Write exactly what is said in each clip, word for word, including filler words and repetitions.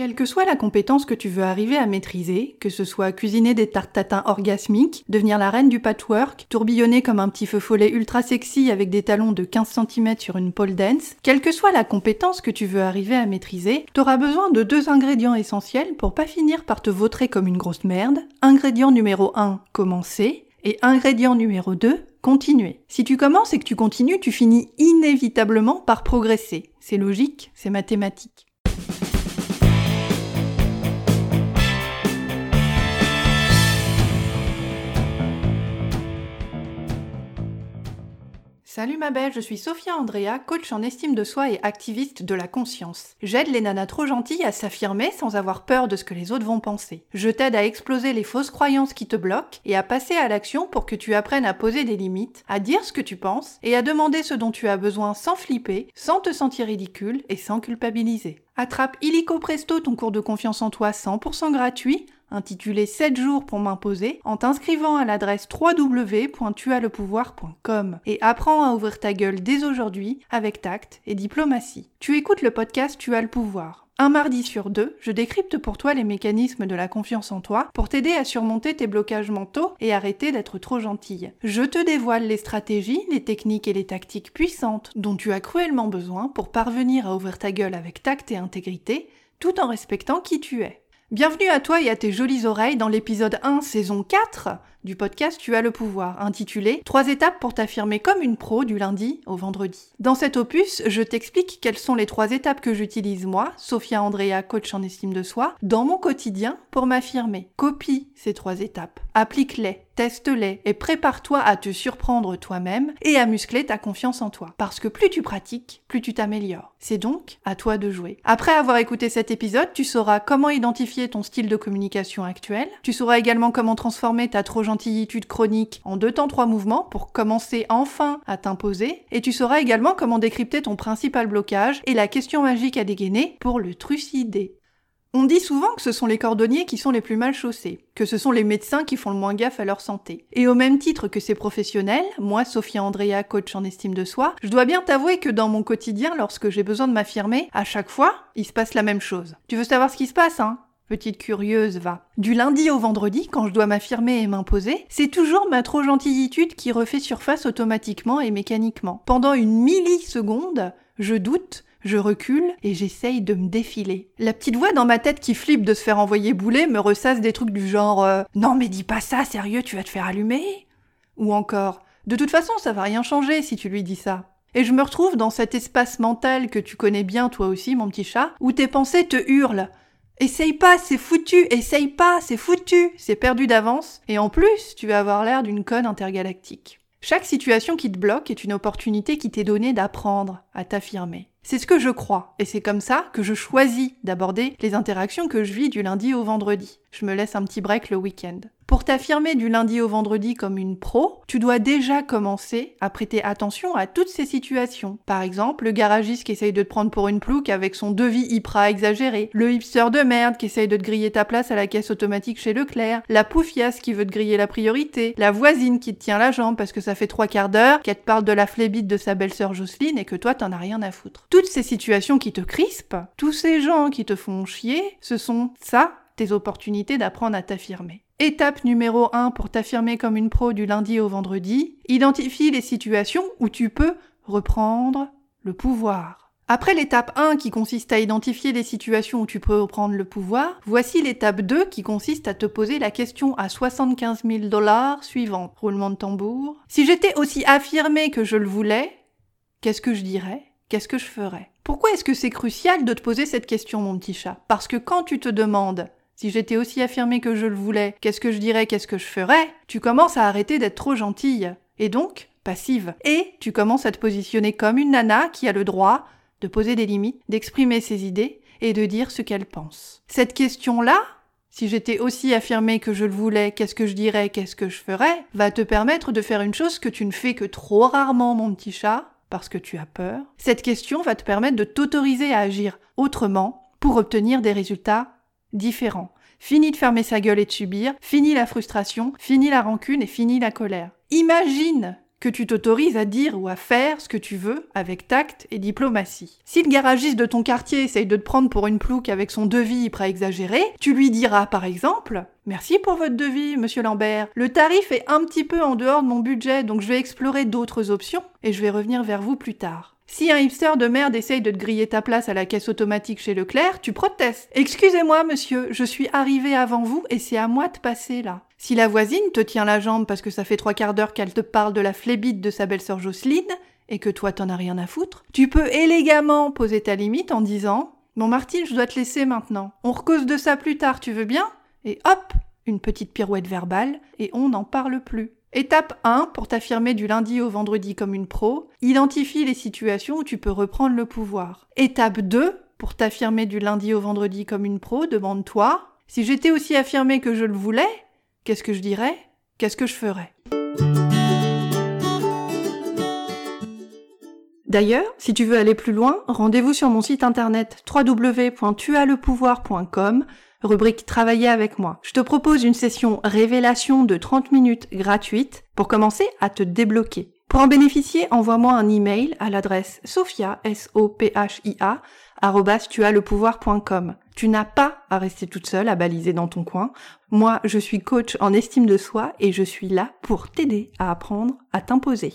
Quelle que soit la compétence que tu veux arriver à maîtriser, que ce soit cuisiner des tartes tatin orgasmiques, devenir la reine du patchwork, tourbillonner comme un petit feu follet ultra sexy avec des talons de quinze centimètres sur une pole dance, quelle que soit la compétence que tu veux arriver à maîtriser, t'auras besoin de deux ingrédients essentiels pour pas finir par te vautrer comme une grosse merde. Ingrédient numéro un, commencer, et ingrédient numéro deux, continuer. Si tu commences et que tu continues, tu finis inévitablement par progresser. C'est logique, c'est mathématique. Salut ma belle, je suis Sophia Andrea, coach en estime de soi et activiste de la conscience. J'aide les nanas trop gentilles à s'affirmer sans avoir peur de ce que les autres vont penser. Je t'aide à exploser les fausses croyances qui te bloquent et à passer à l'action pour que tu apprennes à poser des limites, à dire ce que tu penses et à demander ce dont tu as besoin sans flipper, sans te sentir ridicule et sans culpabiliser. Attrape illico presto ton cours de confiance en toi cent pour cent gratuit, intitulé sept jours pour m'imposer, en t'inscrivant à l'adresse w w w point tu as le pouvoir point com et apprends à ouvrir ta gueule dès aujourd'hui avec tact et diplomatie. Tu écoutes le podcast Tu as le pouvoir. Un mardi sur deux, je décrypte pour toi les mécanismes de la confiance en toi pour t'aider à surmonter tes blocages mentaux et arrêter d'être trop gentille. Je te dévoile les stratégies, les techniques et les tactiques puissantes dont tu as cruellement besoin pour parvenir à ouvrir ta gueule avec tact et intégrité, tout en respectant qui tu es. Bienvenue à toi et à tes jolies oreilles dans l'épisode un, saison quatre du podcast Tu as le pouvoir, intitulé « Trois étapes pour t'affirmer comme une pro du lundi au vendredi ». Dans cet opus, je t'explique quelles sont les trois étapes que j'utilise moi, Sophia Andrea, coach en estime de soi, dans mon quotidien pour m'affirmer. Copie ces trois étapes, applique-les, teste-les et prépare-toi à te surprendre toi-même et à muscler ta confiance en toi. Parce que plus tu pratiques, plus tu t'améliores. C'est donc à toi de jouer. Après avoir écouté cet épisode, tu sauras comment identifier ton style de communication actuel. Tu sauras également comment transformer ta trop gentillitude chronique en deux temps trois mouvements pour commencer enfin à t'imposer. Et tu sauras également comment décrypter ton principal blocage et la question magique à dégainer pour le trucider. On dit souvent que ce sont les cordonniers qui sont les plus mal chaussés, que ce sont les médecins qui font le moins gaffe à leur santé. Et au même titre que ces professionnels, moi, Sophia Andrea, coach en estime de soi, je dois bien t'avouer que dans mon quotidien, lorsque j'ai besoin de m'affirmer, à chaque fois, il se passe la même chose. Tu veux savoir ce qui se passe, hein ? Petite curieuse, va. Du lundi au vendredi, quand je dois m'affirmer et m'imposer, c'est toujours ma trop gentillitude qui refait surface automatiquement et mécaniquement. Pendant une milliseconde, je doute, je recule et j'essaye de me défiler. La petite voix dans ma tête qui flippe de se faire envoyer bouler me ressasse des trucs du genre euh, « Non mais dis pas ça, sérieux, tu vas te faire allumer ?» Ou encore « De toute façon, ça va rien changer si tu lui dis ça. » Et je me retrouve dans cet espace mental que tu connais bien toi aussi, mon petit chat, où tes pensées te hurlent. Essaye pas, c'est foutu, essaye pas, c'est foutu, c'est perdu d'avance, et en plus, tu vas avoir l'air d'une conne intergalactique. Chaque situation qui te bloque est une opportunité qui t'est donnée d'apprendre à t'affirmer. C'est ce que je crois, et c'est comme ça que je choisis d'aborder les interactions que je vis du lundi au vendredi. Je me laisse un petit break le week-end. Pour t'affirmer du lundi au vendredi comme une pro, tu dois déjà commencer à prêter attention à toutes ces situations. Par exemple, le garagiste qui essaye de te prendre pour une plouque avec son devis hyper exagéré, le hipster de merde qui essaye de te griller ta place à la caisse automatique chez Leclerc, la poufiasse qui veut te griller la priorité, la voisine qui te tient la jambe parce que ça fait trois quarts d'heure qu'elle te parle de la flébite de sa belle-sœur Jocelyne et que toi t'en as rien à foutre. Toutes ces situations qui te crispent, tous ces gens qui te font chier, ce sont ça, tes opportunités d'apprendre à t'affirmer. Étape numéro un pour t'affirmer comme une pro du lundi au vendredi, identifie les situations où tu peux reprendre le pouvoir. Après l'étape un qui consiste à identifier les situations où tu peux reprendre le pouvoir, voici l'étape deux qui consiste à te poser la question à soixante-quinze mille dollars suivante. Roulement de tambour. Si j'étais aussi affirmée que je le voulais, qu'est-ce que je dirais ? Qu'est-ce que je ferais ? Pourquoi est-ce que c'est crucial de te poser cette question, mon petit chat ? Parce que quand tu te demandes si j'étais aussi affirmée que je le voulais, qu'est-ce que je dirais, qu'est-ce que je ferais, tu commences à arrêter d'être trop gentille, et donc passive. Et tu commences à te positionner comme une nana qui a le droit de poser des limites, d'exprimer ses idées et de dire ce qu'elle pense. Cette question-là, si j'étais aussi affirmée que je le voulais, qu'est-ce que je dirais, qu'est-ce que je ferais, va te permettre de faire une chose que tu ne fais que trop rarement, mon petit chat, parce que tu as peur. Cette question va te permettre de t'autoriser à agir autrement pour obtenir des résultats différents. Fini de fermer sa gueule et de subir, fini la frustration, fini la rancune et fini la colère. Imagine que tu t'autorises à dire ou à faire ce que tu veux avec tact et diplomatie. Si le garagiste de ton quartier essaye de te prendre pour une plouque avec son devis prêt à exagérer, tu lui diras par exemple « Merci pour votre devis, monsieur Lambert. Le tarif est un petit peu en dehors de mon budget, donc je vais explorer d'autres options et je vais revenir vers vous plus tard. » Si un hipster de merde essaye de te griller ta place à la caisse automatique chez Leclerc, tu protestes. « Excusez-moi, monsieur, je suis arrivé avant vous et c'est à moi de passer là. » Si la voisine te tient la jambe parce que ça fait trois quarts d'heure qu'elle te parle de la flébite de sa belle-sœur Jocelyne et que toi t'en as rien à foutre, tu peux élégamment poser ta limite en disant « Bon Martine, je dois te laisser maintenant. On recause de ça plus tard, tu veux bien ?» Et hop, une petite pirouette verbale et on n'en parle plus. Étape un, pour t'affirmer du lundi au vendredi comme une pro, identifie les situations où tu peux reprendre le pouvoir. Étape deux, pour t'affirmer du lundi au vendredi comme une pro, demande-toi « Si j'étais aussi affirmée que je le voulais, qu'est-ce que je dirais ? Qu'est-ce que je ferais ?» D'ailleurs, si tu veux aller plus loin, rendez-vous sur mon site internet w w w point tu as le pouvoir point com, rubrique Travailler avec moi. Je te propose une session révélation de trente minutes gratuite pour commencer à te débloquer. Pour en bénéficier, envoie-moi un email à l'adresse sophia, S O P H I A, arobase tu as le pouvoir point com. Tu n'as pas à rester toute seule à baliser dans ton coin. Moi, je suis coach en estime de soi et je suis là pour t'aider à apprendre à t'imposer.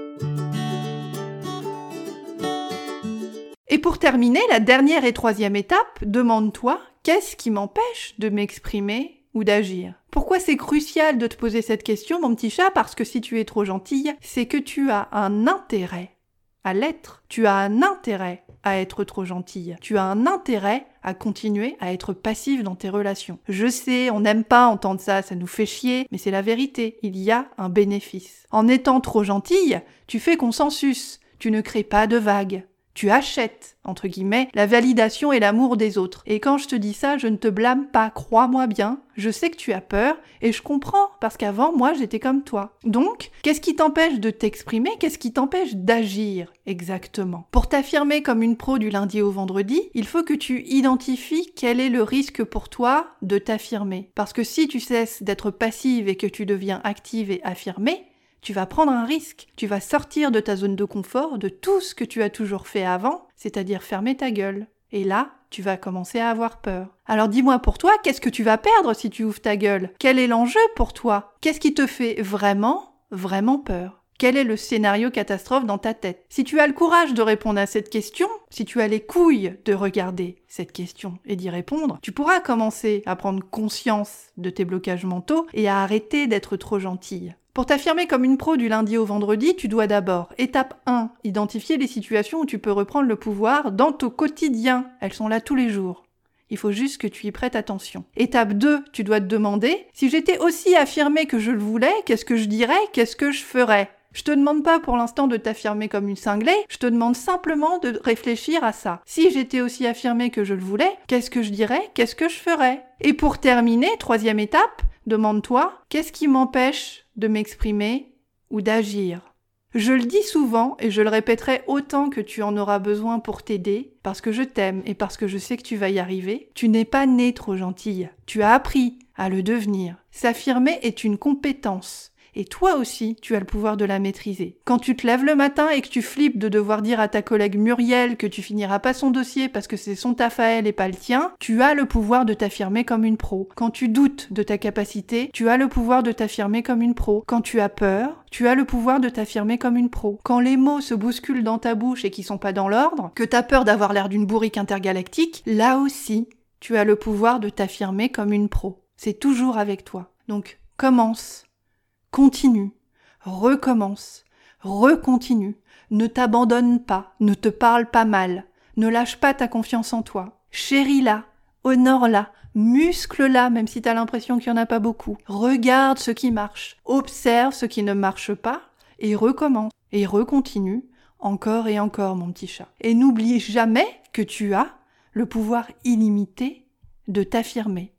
Et pour terminer, la dernière et troisième étape, demande-toi qu'est-ce qui m'empêche de m'exprimer ou d'agir. Pourquoi c'est crucial de te poser cette question, mon petit chat ? Parce que si tu es trop gentille, c'est que tu as un intérêt à l'être. Tu as un intérêt à être trop gentille. Tu as un intérêt à continuer à être passive dans tes relations. Je sais, on n'aime pas entendre ça, ça nous fait chier, mais c'est la vérité, il y a un bénéfice. En étant trop gentille, tu fais consensus, tu ne crées pas de vagues. Tu achètes, entre guillemets, la validation et l'amour des autres. Et quand je te dis ça, je ne te blâme pas, crois-moi bien. Je sais que tu as peur et je comprends parce qu'avant, moi, j'étais comme toi. Donc, qu'est-ce qui t'empêche de t'exprimer ? Qu'est-ce qui t'empêche d'agir exactement ? Pour t'affirmer comme une pro du lundi au vendredi, il faut que tu identifies quel est le risque pour toi de t'affirmer. Parce que si tu cesses d'être passive et que tu deviens active et affirmée, tu vas prendre un risque, tu vas sortir de ta zone de confort, de tout ce que tu as toujours fait avant, c'est-à-dire fermer ta gueule. Et là, tu vas commencer à avoir peur. Alors dis-moi pour toi, qu'est-ce que tu vas perdre si tu ouvres ta gueule ? Quel est l'enjeu pour toi ? Qu'est-ce qui te fait vraiment, vraiment peur ? Quel est le scénario catastrophe dans ta tête ? Si tu as le courage de répondre à cette question, si tu as les couilles de regarder cette question et d'y répondre, tu pourras commencer à prendre conscience de tes blocages mentaux et à arrêter d'être trop gentille. Pour t'affirmer comme une pro du lundi au vendredi, tu dois d'abord, étape un, identifier les situations où tu peux reprendre le pouvoir dans ton quotidien. Elles sont là tous les jours. Il faut juste que tu y prêtes attention. Étape deux, tu dois te demander, si j'étais aussi affirmée que je le voulais, qu'est-ce que je dirais, qu'est-ce que je ferais ? Je te demande pas pour l'instant de t'affirmer comme une cinglée, je te demande simplement de réfléchir à ça. Si j'étais aussi affirmée que je le voulais, qu'est-ce que je dirais, qu'est-ce que je ferais ? Et pour terminer, troisième étape, demande-toi, qu'est-ce qui m'empêche de m'exprimer ou d'agir ? Je le dis souvent et je le répéterai autant que tu en auras besoin pour t'aider, parce que je t'aime et parce que je sais que tu vas y arriver. Tu n'es pas née trop gentille, tu as appris à le devenir. S'affirmer est une compétence. Et toi aussi, tu as le pouvoir de la maîtriser. Quand tu te lèves le matin et que tu flippes de devoir dire à ta collègue Muriel que tu finiras pas son dossier parce que c'est son taf à elle et pas le tien, tu as le pouvoir de t'affirmer comme une pro. Quand tu doutes de ta capacité, tu as le pouvoir de t'affirmer comme une pro. Quand tu as peur, tu as le pouvoir de t'affirmer comme une pro. Quand les mots se bousculent dans ta bouche et qui sont pas dans l'ordre, que t'as peur d'avoir l'air d'une bourrique intergalactique, là aussi, tu as le pouvoir de t'affirmer comme une pro. C'est toujours avec toi. Donc, commence. Continue, recommence, recontinue, ne t'abandonne pas, ne te parle pas mal, ne lâche pas ta confiance en toi, chéris-la, honore-la, muscle-la même si t'as l'impression qu'il y en a pas beaucoup, regarde ce qui marche, observe ce qui ne marche pas et recommence, et recontinue, encore et encore mon petit chat. Et n'oublie jamais que tu as le pouvoir illimité de t'affirmer.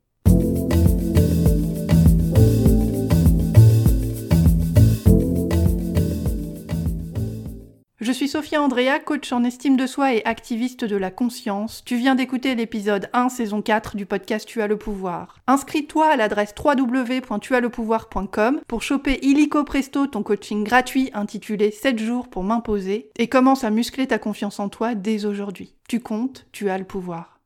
Je suis Sophia Andrea, coach en estime de soi et activiste de la conscience. Tu viens d'écouter l'épisode un, saison quatre du podcast Tu as le pouvoir. Inscris-toi à l'adresse w w w point tu as le pouvoir point com pour choper illico presto ton coaching gratuit intitulé sept jours pour m'imposer et commence à muscler ta confiance en toi dès aujourd'hui. Tu comptes, tu as le pouvoir.